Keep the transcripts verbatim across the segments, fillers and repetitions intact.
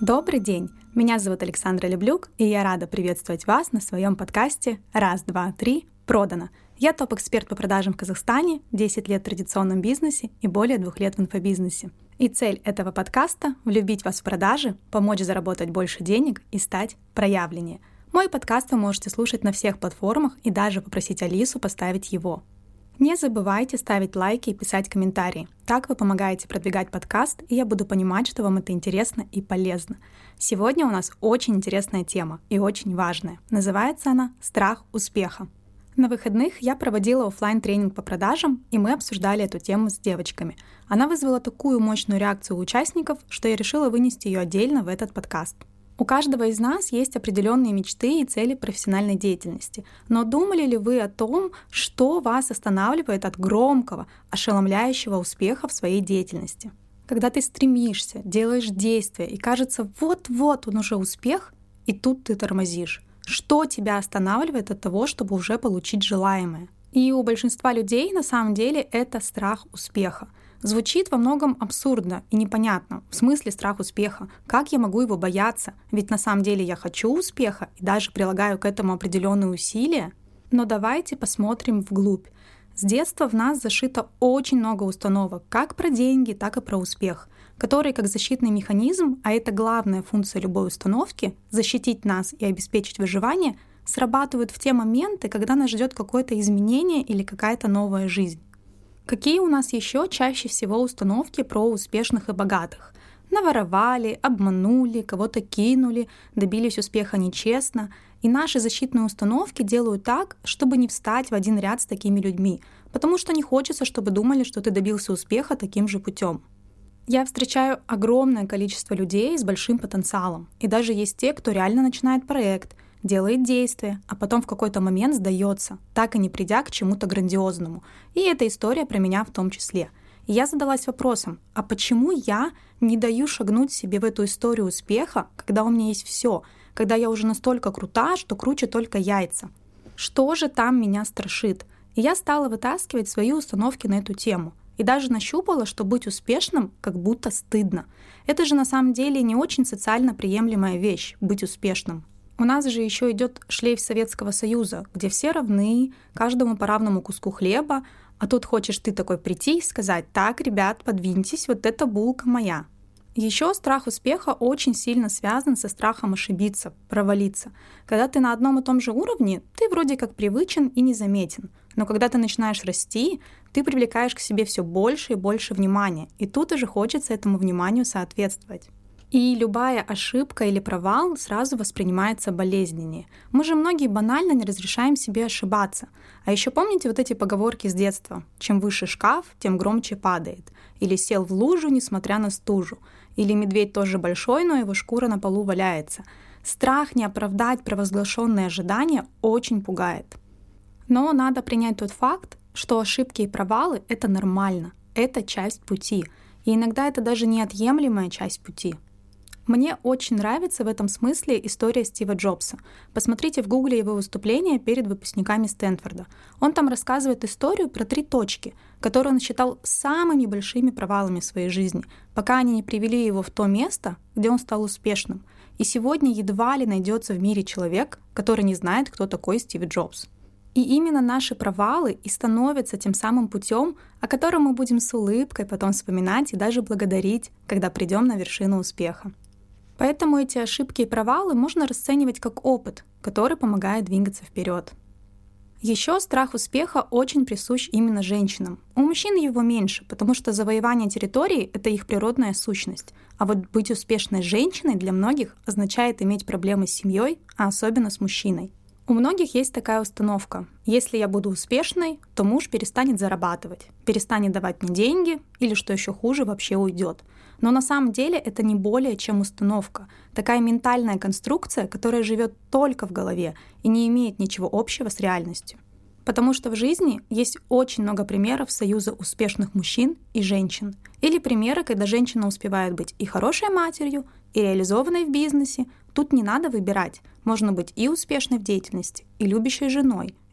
Добрый день! Меня зовут Александра Леблюк, и я рада приветствовать вас на своем подкасте «Раз, два, три. Продано». Я топ-эксперт по продажам в Казахстане, десять лет в традиционном бизнесе и более двух лет в инфобизнесе. И цель этого подкаста — влюбить вас в продажи, помочь заработать больше денег и стать проявленнее. Мой подкаст вы можете слушать на всех платформах и даже попросить Алису поставить его. Не забывайте ставить лайки и писать комментарии. Так вы помогаете продвигать подкаст, и я буду понимать, что вам это интересно и полезно. Сегодня у нас очень интересная тема и очень важная. Называется она «Страх успеха». На выходных я проводила офлайн-тренинг по продажам, и мы обсуждали эту тему с девочками. Она вызвала такую мощную реакцию у участников, что я решила вынести ее отдельно в этот подкаст. У каждого из нас есть определенные мечты и цели профессиональной деятельности. Но думали ли вы о том, что вас останавливает от громкого, ошеломляющего успеха в своей деятельности? Когда ты стремишься, делаешь действия, и кажется, вот-вот он уже успех, и тут ты тормозишь. Что тебя останавливает от того, чтобы уже получить желаемое? И у большинства людей на самом деле это страх успеха. Звучит во многом абсурдно и непонятно. В смысле страх успеха? Как я могу его бояться? Ведь на самом деле я хочу успеха и даже прилагаю к этому определенные усилия. Но давайте посмотрим вглубь. С детства в нас зашито очень много установок, как про деньги, так и про успех, которые как защитный механизм, а это главная функция любой установки — защитить нас и обеспечить выживание, срабатывают в те моменты, когда нас ждет какое-то изменение или какая-то новая жизнь. Какие у нас еще чаще всего установки про успешных и богатых? Наворовали, обманули, кого-то кинули, добились успеха нечестно. И наши защитные установки делают так, чтобы не встать в один ряд с такими людьми, потому что не хочется, чтобы думали, что ты добился успеха таким же путем. Я встречаю огромное количество людей с большим потенциалом. И даже есть те, кто реально начинает проект, делает действия, а потом в какой-то момент сдается, так и не придя к чему-то грандиозному. И эта история про меня в том числе. И я задалась вопросом, а почему я не даю шагнуть себе в эту историю успеха, когда у меня есть все, когда я уже настолько крута, что круче только яйца? Что же там меня страшит? И я стала вытаскивать свои установки на эту тему. И даже нащупала, что быть успешным как будто стыдно. Это же на самом деле не очень социально приемлемая вещь — быть успешным. У нас же еще идет шлейф Советского Союза, где все равны, каждому по равному куску хлеба, а тут хочешь ты такой прийти и сказать: «Так, ребят, подвиньтесь, вот эта булка моя». Еще страх успеха очень сильно связан со страхом ошибиться, провалиться. Когда ты на одном и том же уровне, ты вроде как привычен и незаметен. Но когда ты начинаешь расти, ты привлекаешь к себе все больше и больше внимания, и тут уже хочется этому вниманию соответствовать. И любая ошибка или провал сразу воспринимается болезненнее. Мы же многие банально не разрешаем себе ошибаться. А еще помните вот эти поговорки с детства? Чем выше шкаф, тем громче падает. Или сел в лужу, несмотря на стужу. Или медведь тоже большой, но его шкура на полу валяется. Страх не оправдать провозглашенные ожидания очень пугает. Но надо принять тот факт, что ошибки и провалы — это нормально. Это часть пути. И иногда это даже неотъемлемая часть пути. Мне очень нравится в этом смысле история Стива Джобса. Посмотрите в гугле его выступления перед выпускниками Стэнфорда. Он там рассказывает историю про три точки, которые он считал самыми большими провалами в своей жизни, пока они не привели его в то место, где он стал успешным. И сегодня едва ли найдется в мире человек, который не знает, кто такой Стив Джобс. И именно наши провалы и становятся тем самым путем, о котором мы будем с улыбкой потом вспоминать и даже благодарить, когда придем на вершину успеха. Поэтому эти ошибки и провалы можно расценивать как опыт, который помогает двигаться вперед. Еще страх успеха очень присущ именно женщинам. У мужчин его меньше, потому что завоевание территории — это их природная сущность. А вот быть успешной женщиной для многих означает иметь проблемы с семьей, а особенно с мужчиной. У многих есть такая установка: если я буду успешной, то муж перестанет зарабатывать, перестанет давать мне деньги или, что еще хуже, вообще уйдет. Но на самом деле это не более чем установка, такая ментальная конструкция, которая живет только в голове и не имеет ничего общего с реальностью. Потому что в жизни есть очень много примеров союза успешных мужчин и женщин. Или примеры, когда женщина успевает быть и хорошей матерью, и реализованной в бизнесе. Тут не надо выбирать. Можно быть и успешной в деятельности, и любящей женой,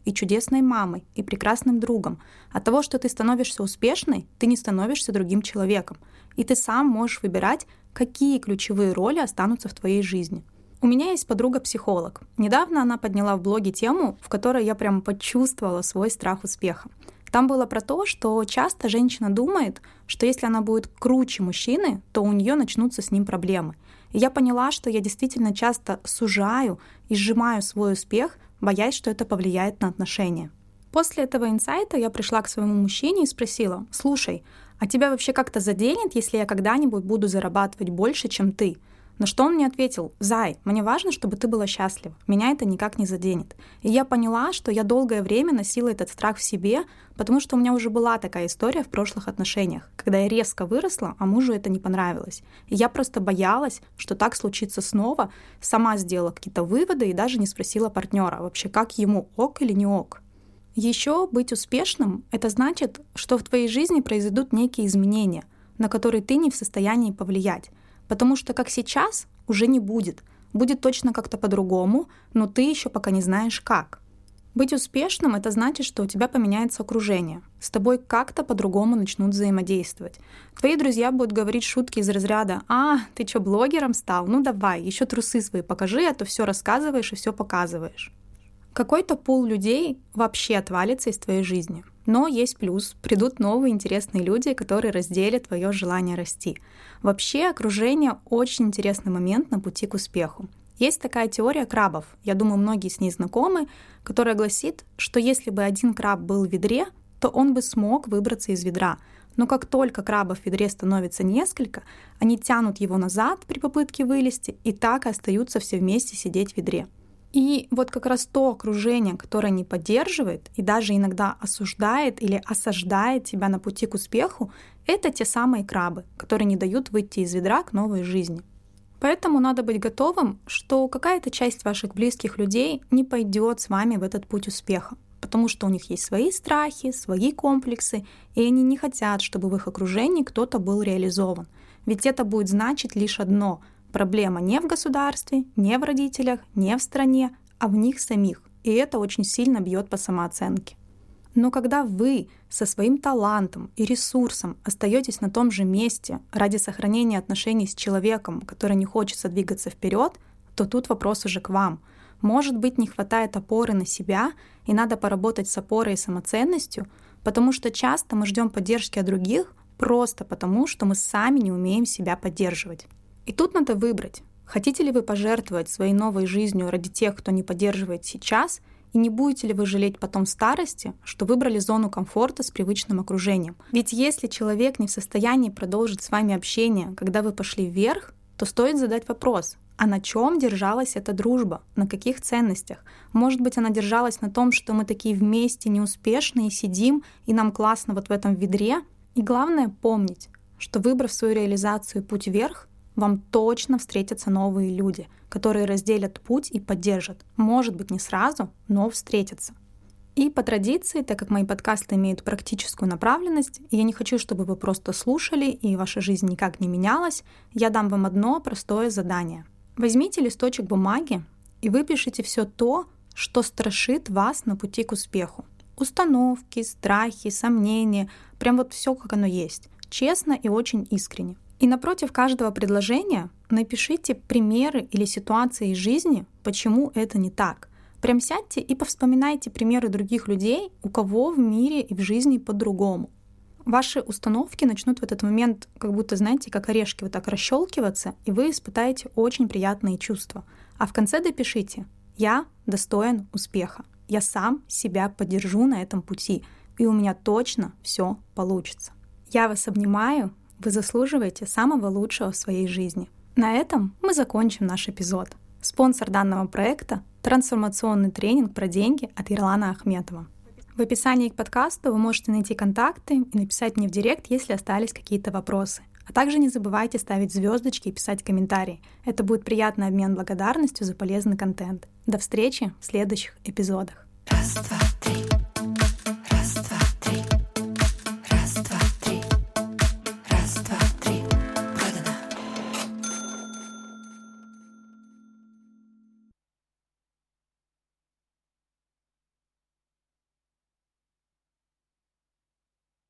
и чудесной мамой, и прекрасным другом. От того, что ты становишься успешной, ты не становишься другим человеком. И ты сам можешь выбирать, какие ключевые роли останутся в твоей жизни. У меня есть подруга-психолог. Недавно она подняла в блоге тему, в которой я прям почувствовала свой страх успеха. Там было про то, что часто женщина думает, что если она будет круче мужчины, то у нее начнутся с ним проблемы. И я поняла, что я действительно часто сужаю и сжимаю свой успех, боясь, что это повлияет на отношения. После этого инсайта я пришла к своему мужчине и спросила: «Слушай, а тебя вообще как-то заденет, если я когда-нибудь буду зарабатывать больше, чем ты?» На что он мне ответил: «Зай, мне важно, чтобы ты была счастлива. Меня это никак не заденет». И я поняла, что я долгое время носила этот страх в себе, потому что у меня уже была такая история в прошлых отношениях, когда я резко выросла, а мужу это не понравилось. И я просто боялась, что так случится снова, сама сделала какие-то выводы и даже не спросила партнера, вообще как ему, ок или не ок. Еще быть успешным — это значит, что в твоей жизни произойдут некие изменения, на которые ты не в состоянии повлиять. Потому что как сейчас уже не будет. Будет точно как-то по-другому, но ты еще пока не знаешь как. Быть успешным — это значит, что у тебя поменяется окружение. С тобой как-то по-другому начнут взаимодействовать. Твои друзья будут говорить шутки из разряда: «А, ты что, блогером стал? Ну давай, еще трусы свои покажи, а то все рассказываешь и все показываешь». Какой-то пул людей вообще отвалится из твоей жизни. Но есть плюс. Придут новые интересные люди, которые разделят твое желание расти. Вообще, окружение — очень интересный момент на пути к успеху. Есть такая теория крабов, я думаю, многие с ней знакомы, которая гласит, что если бы один краб был в ведре, то он бы смог выбраться из ведра. Но как только крабов в ведре становится несколько, они тянут его назад при попытке вылезти и так и остаются все вместе сидеть в ведре. И вот как раз то окружение, которое не поддерживает и даже иногда осуждает или осаждает тебя на пути к успеху, это те самые крабы, которые не дают выйти из ведра к новой жизни. Поэтому надо быть готовым, что какая-то часть ваших близких людей не пойдет с вами в этот путь успеха, потому что у них есть свои страхи, свои комплексы, и они не хотят, чтобы в их окружении кто-то был реализован. Ведь это будет значить лишь одно — проблема не в государстве, не в родителях, не в стране, а в них самих. И это очень сильно бьет по самооценке. Но когда вы со своим талантом и ресурсом остаетесь на том же месте ради сохранения отношений с человеком, который не хочет двигаться вперед, то тут вопрос уже к вам. Может быть, не хватает опоры на себя, и надо поработать с опорой и самоценностью, потому что часто мы ждем поддержки от других просто потому, что мы сами не умеем себя поддерживать. И тут надо выбрать, хотите ли вы пожертвовать своей новой жизнью ради тех, кто не поддерживает сейчас, и не будете ли вы жалеть потом в старости, что выбрали зону комфорта с привычным окружением. Ведь если человек не в состоянии продолжить с вами общение, когда вы пошли вверх, то стоит задать вопрос: а на чем держалась эта дружба? На каких ценностях? Может быть, она держалась на том, что мы такие вместе неуспешные, сидим, и нам классно вот в этом ведре? И главное помнить, что, выбрав свою реализацию и путь вверх, вам точно встретятся новые люди, которые разделят путь и поддержат. Может быть, не сразу, но встретятся. И по традиции, так как мои подкасты имеют практическую направленность, и я не хочу, чтобы вы просто слушали, и ваша жизнь никак не менялась, я дам вам одно простое задание. Возьмите листочек бумаги и выпишите все то, что страшит вас на пути к успеху. Установки, страхи, сомнения, прям вот все, как оно есть. Честно и очень искренне. И напротив каждого предложения напишите примеры или ситуации из жизни, почему это не так. Прям сядьте и повспоминайте примеры других людей, у кого в мире и в жизни по-другому. Ваши установки начнут в этот момент, как будто, знаете, как орешки вот так расщелкиваться, и вы испытаете очень приятные чувства. А в конце допишите: «Я достоин успеха. Я сам себя поддержу на этом пути, и у меня точно все получится». Я вас обнимаю. Вы заслуживаете самого лучшего в своей жизни. На этом мы закончим наш эпизод. Спонсор данного проекта — трансформационный тренинг про деньги от Ерлана Ахметова. В описании к подкасту вы можете найти контакты и написать мне в директ, если остались какие-то вопросы. А также не забывайте ставить звездочки и писать комментарии. Это будет приятный обмен благодарностью за полезный контент. До встречи в следующих эпизодах. Раз, два.